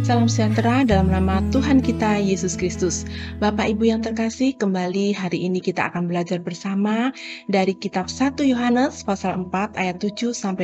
Salam sejahtera dalam nama Tuhan kita Yesus Kristus. Bapak Ibu yang terkasih, kembali hari ini kita akan belajar bersama dari kitab 1 Yohanes pasal 4 ayat 7 sampai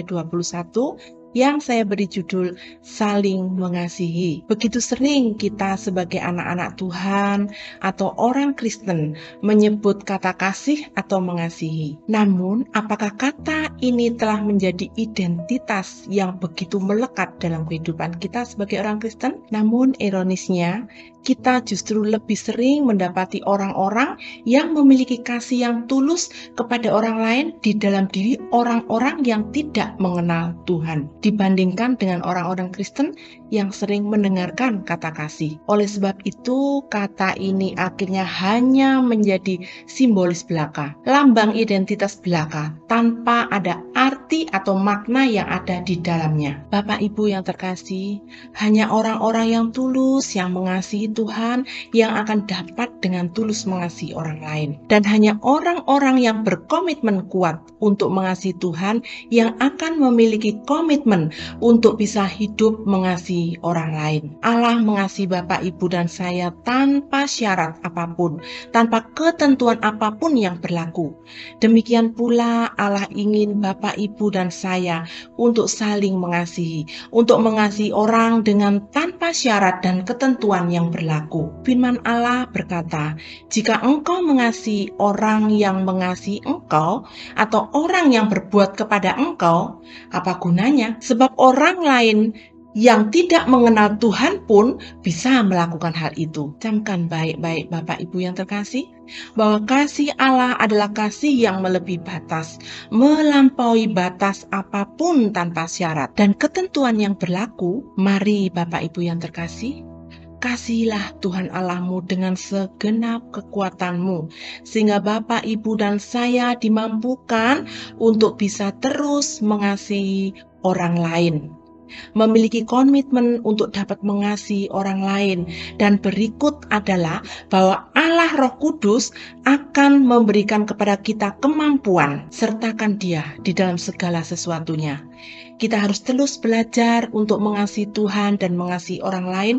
21 yang saya beri judul Saling Mengasihi. Begitu sering kita sebagai anak-anak Tuhan atau orang Kristen menyebut kata kasih atau mengasihi. Namun, apakah kata ini telah menjadi identitas yang begitu melekat dalam kehidupan kita sebagai orang Kristen? Namun, ironisnya, kita justru lebih sering mendapati orang-orang yang memiliki kasih yang tulus kepada orang lain di dalam diri orang-orang yang tidak mengenal Tuhan, dibandingkan dengan orang-orang Kristen yang sering mendengarkan kata kasih. Oleh sebab itu, kata ini akhirnya hanya menjadi simbolis belaka, lambang identitas belaka, tanpa ada arti atau makna yang ada di dalamnya. Bapak Ibu yang terkasih, hanya orang-orang yang tulus, yang mengasihi Tuhan, yang akan dapat dengan tulus mengasihi orang lain. Dan hanya orang-orang yang berkomitmen kuat untuk mengasihi Tuhan, yang akan memiliki komitmen untuk bisa hidup mengasihi orang lain. Allah mengasihi Bapak, Ibu, dan saya tanpa syarat apapun, tanpa ketentuan apapun yang berlaku. Demikian pula Allah ingin Bapak, Ibu, dan saya untuk saling mengasihi, untuk mengasihi orang dengan tanpa syarat dan ketentuan yang berlaku. Firman Allah berkata, jika engkau mengasihi orang yang mengasihi engkau, atau orang yang berbuat kepada engkau, apa gunanya? Sebab orang lain yang tidak mengenal Tuhan pun bisa melakukan hal itu. Camkan baik-baik Bapak Ibu yang terkasih, bahwa kasih Allah adalah kasih yang melebihi batas, melampaui batas apapun tanpa syarat dan ketentuan yang berlaku. Mari Bapak Ibu yang terkasih, kasihilah Tuhan Allahmu dengan segenap kekuatanmu, sehingga Bapak, Ibu, dan saya dimampukan untuk bisa terus mengasihi orang lain, memiliki komitmen untuk dapat mengasihi orang lain. Dan berikut adalah bahwa Allah Roh Kudus akan memberikan kepada kita kemampuan, sertakan Dia di dalam segala sesuatunya. Kita harus terus belajar untuk mengasihi Tuhan dan mengasihi orang lain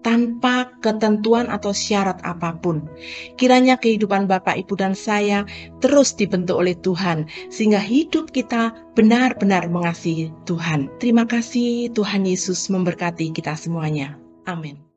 tanpa ketentuan atau syarat apapun. Kiranya kehidupan Bapak, Ibu, dan saya terus dibentuk oleh Tuhan, sehingga hidup kita benar-benar mengasihi Tuhan. Terima kasih, Tuhan Yesus memberkati kita semuanya. Amin.